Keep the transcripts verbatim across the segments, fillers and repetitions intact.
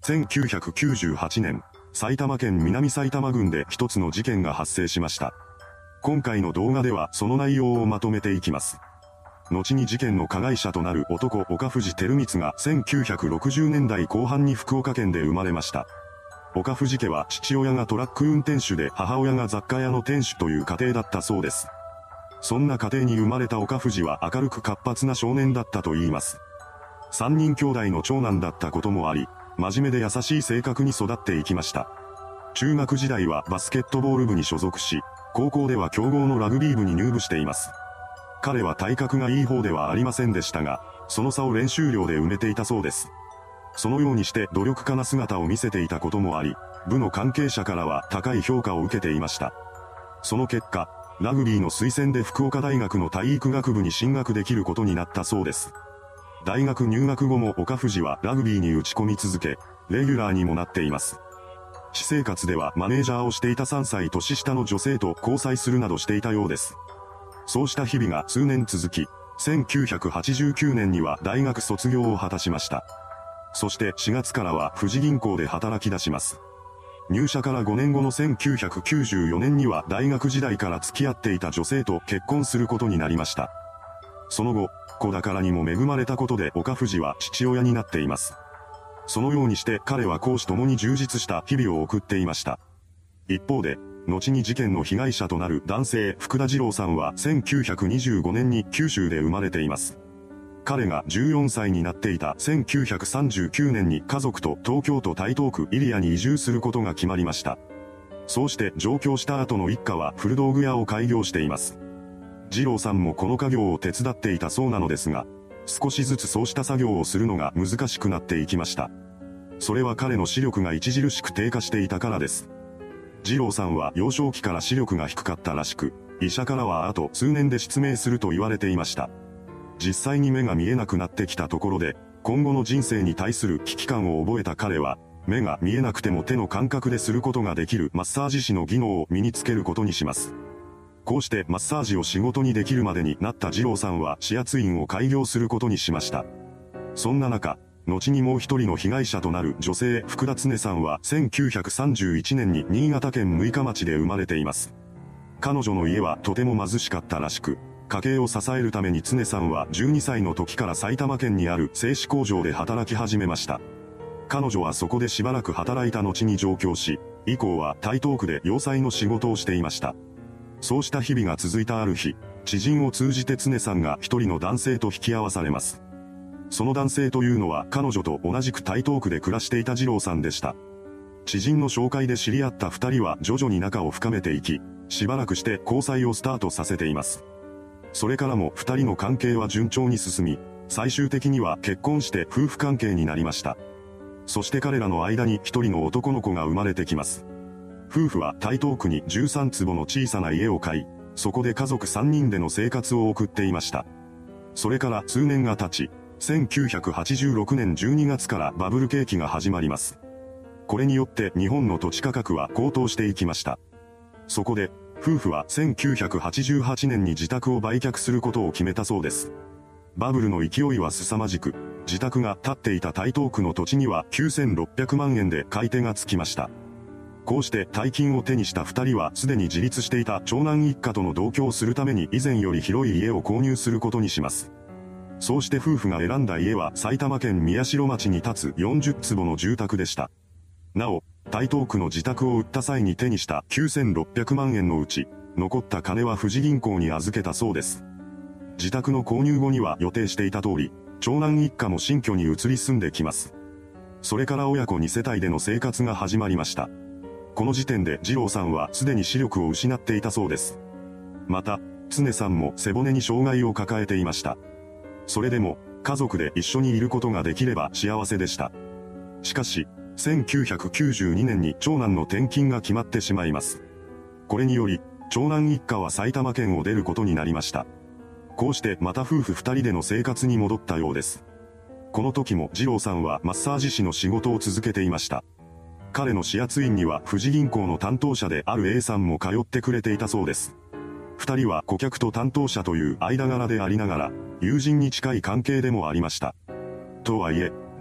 せんきゅうひゃくきゅうじゅうはちねん、埼玉県南埼玉郡で一つの事件が発生しました。今回の動画ではその内容をまとめていきます。後に事件の加害者となる男岡藤輝光がせんきゅうひゃくろくじゅうねんだいこう半に福岡県で生まれました。岡藤家は父親がトラック運転手で母親が雑貨屋の店主という家庭だったそうです。そんな家庭に生まれた岡藤は明るく活発な少年だったと言います。三人兄弟の長男だったこともあり、真面目で優しい性格に育っていきました。中学時代はバスケットボール部に所属し、高校では強豪のラグビー部に入部しています。彼は体格がいい方ではありませんでしたが、その差を練習量で埋めていたそうです。そのようにして努力家な姿を見せていたこともあり、部の関係者からは高い評価を受けていました。その結果、ラグビーの推薦で福岡大学の体育学部に進学できることになったそうです。大学入学後も岡藤はラグビーに打ち込み続け、レギュラーにもなっています。私生活ではマネージャーをしていたさんさい年下の女性と交際するなどしていたようです。そうした日々が数年続き、せんきゅうひゃくはちじゅうきゅうねんには大学卒業を果たしました。そしてしがつからは富士銀行で働き出します。入社からごねんごのせんきゅうひゃくきゅうじゅうよねんには大学時代から付き合っていた女性と結婚することになりました。その後、子宝にも恵まれたことで岡藤は父親になっています。そのようにして彼は公私ともに充実した日々を送っていました。一方で、後に事件の被害者となる男性福田二郎さんはせんきゅうひゃくにじゅうごねんに九州で生まれています。彼がじゅうよんさいになっていたせんきゅうひゃくさんじゅうきゅうねんに家族と東京都台東区入谷に移住することが決まりました。そうして上京した後の一家は古道具屋を開業しています。二郎さんもこの家業を手伝っていたそうなのですが、少しずつそうした作業をするのが難しくなっていきました。それは彼の視力が著しく低下していたからです。二郎さんは幼少期から視力が低かったらしく、医者からはあと数年で失明すると言われていました。実際に目が見えなくなってきたところで、今後の人生に対する危機感を覚えた彼は、目が見えなくても手の感覚ですることができるマッサージ師の技能を身につけることにします。こうしてマッサージを仕事にできるまでになった二郎さんは指圧院を開業することにしました。そんな中、後にもう一人の被害者となる女性福田恒さんはせんきゅうひゃくさんじゅういちねんに新潟県六日町で生まれています。彼女の家はとても貧しかったらしく、家計を支えるために恒さんはじゅうにさいの時から埼玉県にある製紙工場で働き始めました。彼女はそこでしばらく働いた後に上京し、以降は台東区で洋裁の仕事をしていました。そうした日々が続いたある日、知人を通じて恒さんが一人の男性と引き合わされます。その男性というのは彼女と同じく台東区で暮らしていた二郎さんでした。知人の紹介で知り合った二人は徐々に仲を深めていき、しばらくして交際をスタートさせています。それからも二人の関係は順調に進み、最終的には結婚して夫婦関係になりました。そして彼らの間に一人の男の子が生まれてきます。夫婦は台東区にじゅうさんつぼの小さな家を買い、そこで家族さんにんでの生活を送っていました。それから数年が経ち、せんきゅうひゃくはちじゅうろくねんじゅうにがつからバブル景気が始まります。これによって日本の土地価格は高騰していきました。そこで、夫婦はせんきゅうひゃくはちじゅうはちねんに自宅を売却することを決めたそうです。バブルの勢いは凄まじく、自宅が建っていた台東区の土地にはきゅうせんろっぴゃくまんえんで買い手がつきました。こうして大金を手にした二人はすでに自立していた長男一家との同居をするために以前より広い家を購入することにします。そうして夫婦が選んだ家は埼玉県宮代町に建つよんじゅっつぼの住宅でした。なお、台東区の自宅を売った際に手にしたきゅうせんろっぴゃくまんえんのうち、残った金は富士銀行に預けたそうです。自宅の購入後には予定していた通り、長男一家も新居に移り住んできます。それから親子に世帯での生活が始まりました。この時点で二郎さんはすでに視力を失っていたそうです。また、恒さんも背骨に障害を抱えていました。それでも、家族で一緒にいることができれば幸せでした。しかし、せんきゅうひゃくきゅうじゅうにねんに長男の転勤が決まってしまいます。これにより、長男一家は埼玉県を出ることになりました。こうしてまた夫婦二人での生活に戻ったようです。この時も二郎さんはマッサージ師の仕事を続けていました。彼の指圧院には富士銀行の担当者である A さんも通ってくれていたそうです。二人は顧客と担当者という間柄でありながら、友人に近い関係でもありました。とはいえ、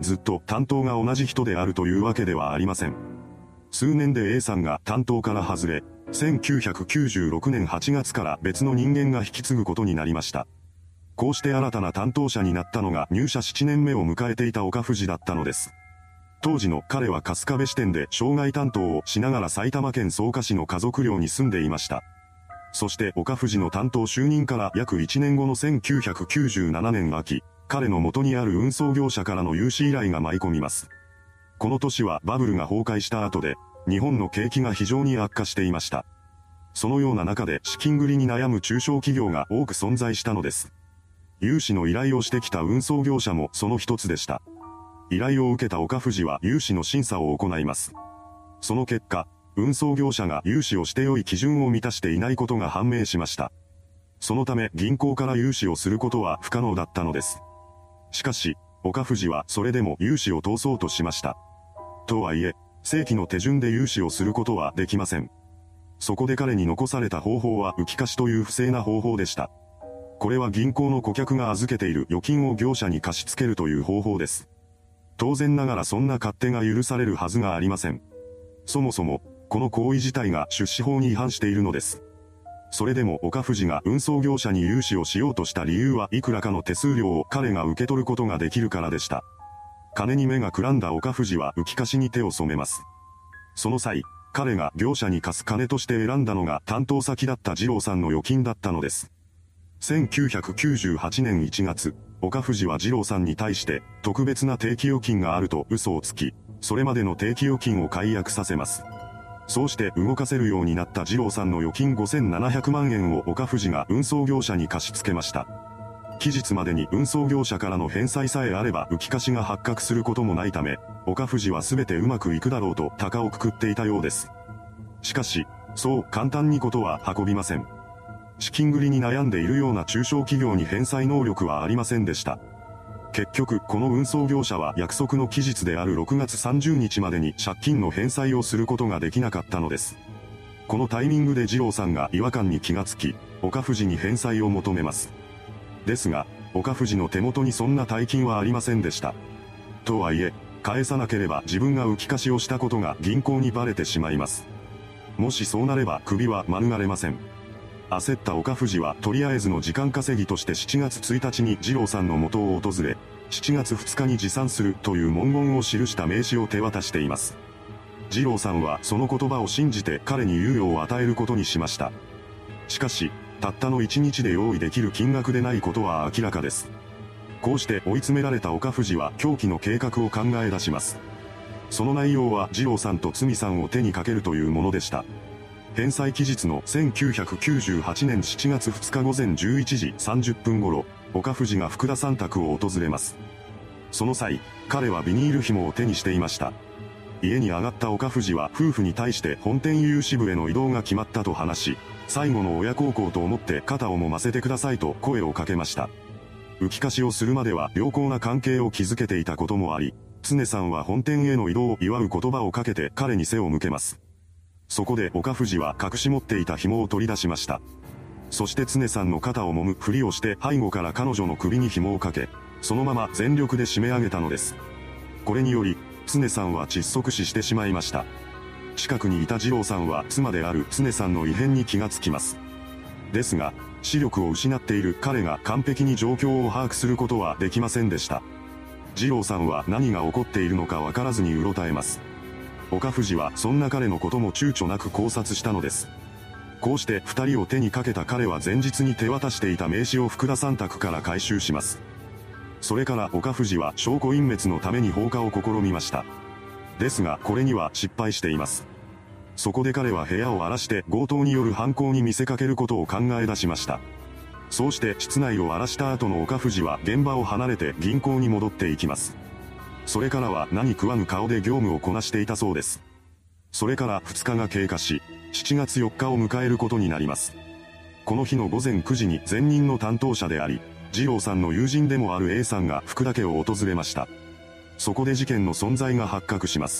ずっと担当が同じ人であるというわけではありません。数年で A さんが担当から外れ、せんきゅうひゃくきゅうじゅうろくねんはちがつから別の人間が引き継ぐことになりました。こうして新たな担当者になったのが入社ななねんめを迎えていた岡藤だったのです。当時の彼は春日部支店で障害担当をしながら埼玉県草加市の家族寮に住んでいました。そして岡藤の担当就任から約いちねんごのせんきゅうひゃくきゅうじゅうななねん秋、彼の元にある運送業者からの融資依頼が舞い込みます。この年はバブルが崩壊した後で、日本の景気が非常に悪化していました。そのような中で資金繰りに悩む中小企業が多く存在したのです。融資の依頼をしてきた運送業者もその一つでした。依頼を受けた岡藤は融資の審査を行います。その結果、運送業者が融資をして良い基準を満たしていないことが判明しました。そのため銀行から融資をすることは不可能だったのです。しかし、岡藤はそれでも融資を通そうとしました。とはいえ、正規の手順で融資をすることはできません。そこで彼に残された方法は浮き貸しという不正な方法でした。これは銀行の顧客が預けている預金を業者に貸し付けるという方法です。当然ながらそんな勝手が許されるはずがありません。そもそも、この行為自体が出資法に違反しているのです。それでも岡藤が運送業者に融資をしようとした理由はいくらかの手数料を彼が受け取ることができるからでした。金に目がくらんだ岡藤は浮き貸しに手を染めます。その際、彼が業者に貸す金として選んだのが担当先だった二郎さんの預金だったのです。せんきゅうひゃくきゅうじゅうはちねんいちがつ、岡藤は二郎さんに対して特別な定期預金があると嘘をつき、それまでの定期預金を解約させます。そうして動かせるようになった二郎さんの預金ごせんななひゃくまんえんを岡藤が運送業者に貸し付けました。期日までに運送業者からの返済さえあれば浮き貸しが発覚することもないため、岡藤は全てうまくいくだろうと高をくくっていたようです。しかし、そう簡単にことは運びません。資金繰りに悩んでいるような中小企業に返済能力はありませんでした。結局、この運送業者は約束の期日であるろくがつさんじゅうにちまでに借金の返済をすることができなかったのです。このタイミングで二郎さんが違和感に気がつき、岡藤に返済を求めます。ですが、岡藤の手元にそんな大金はありませんでした。とはいえ、返さなければ自分が浮き貸しをしたことが銀行にバレてしまいます。もしそうなれば首は免れません。焦った岡藤はとりあえずの時間稼ぎとしてしちがつついたちに二郎さんの元を訪れ、しちがつふつかに持参するという文言を記した名刺を手渡しています。二郎さんはその言葉を信じて彼に猶予を与えることにしました。しかし、たったのいちにちで用意できる金額でないことは明らかです。こうして追い詰められた岡藤は狂気の計画を考え出します。その内容は二郎さんと堤さんを手にかけるというものでした。返済期日のせんきゅうひゃくきゅうじゅうはちねんしちがつふつかごぜんじゅういちじさんじゅっぷん頃、岡藤が福田さん宅を訪れます。その際、彼はビニール紐を手にしていました。家に上がった岡藤は夫婦に対して本店有支部への移動が決まったと話し、最後の親孝行と思って肩を揉ませてくださいと声をかけました。浮き貸しをするまでは良好な関係を築けていたこともあり、常さんは本店への移動を祝う言葉をかけて彼に背を向けます。そこで岡藤は隠し持っていた紐を取り出しました。そして常さんの肩を揉むふりをして背後から彼女の首に紐をかけ、そのまま全力で締め上げたのです。これにより、常さんは窒息死してしまいました。近くにいた二郎さんは妻である常さんの異変に気がつきます。ですが、視力を失っている彼が完璧に状況を把握することはできませんでした。二郎さんは何が起こっているのかわからずにうろたえます。岡藤はそんな彼のことも躊躇なく考察したのです。こうして二人を手にかけた彼は前日に手渡していた名刺を福田さん宅から回収します。それから岡藤は証拠隠滅のために放火を試みました。ですがこれには失敗しています。そこで彼は部屋を荒らして強盗による犯行に見せかけることを考え出しました。そうして室内を荒らした後の岡藤は現場を離れて銀行に戻っていきます。それからは何食わぬ顔で業務をこなしていたそうです。それからふつかが経過し、しちがつよっかを迎えることになります。この日のごぜんくじに前任の担当者であり、二郎さんの友人でもある A さんが福田家を訪れました。そこで事件の存在が発覚します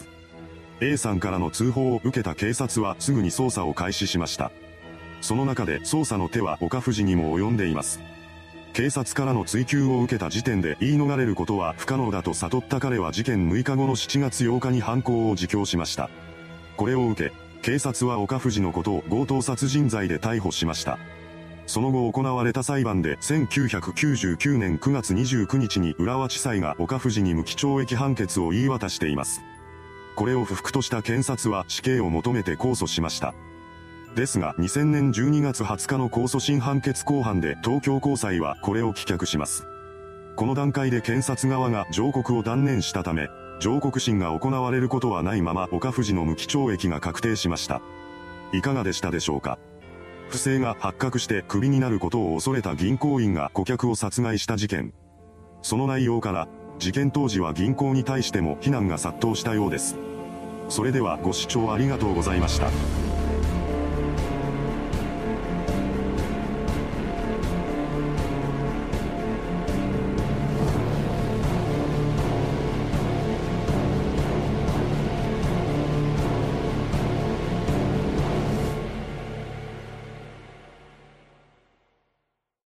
。A さんからの通報を受けた警察はすぐに捜査を開始しました。その中で捜査の手は岡藤にも及んでいます。 警察からの追及を受けた時点で言い逃れることは不可能だと悟った彼は事件むいかごのしちがつようかに犯行を自供しました。これを受け、警察は岡藤のことを強盗殺人罪で逮捕しました。その後行われた裁判でせんきゅうひゃくきゅうじゅうきゅうねんくがつにじゅうくにちに浦和地裁が岡藤に無期懲役判決を言い渡しています。これを不服とした検察は死刑を求めて控訴しました。ですがにせんねんじゅうにがつはつかの控訴審判決公判で東京高裁はこれを棄却します。この段階で検察側が上告を断念したため、上告審が行われることはないまま岡藤の無期懲役が確定しました。いかがでしたでしょうか。不正が発覚してクビになることを恐れた銀行員が顧客を殺害した事件。その内容から、事件当時は銀行に対しても非難が殺到したようです。それではご視聴ありがとうございました。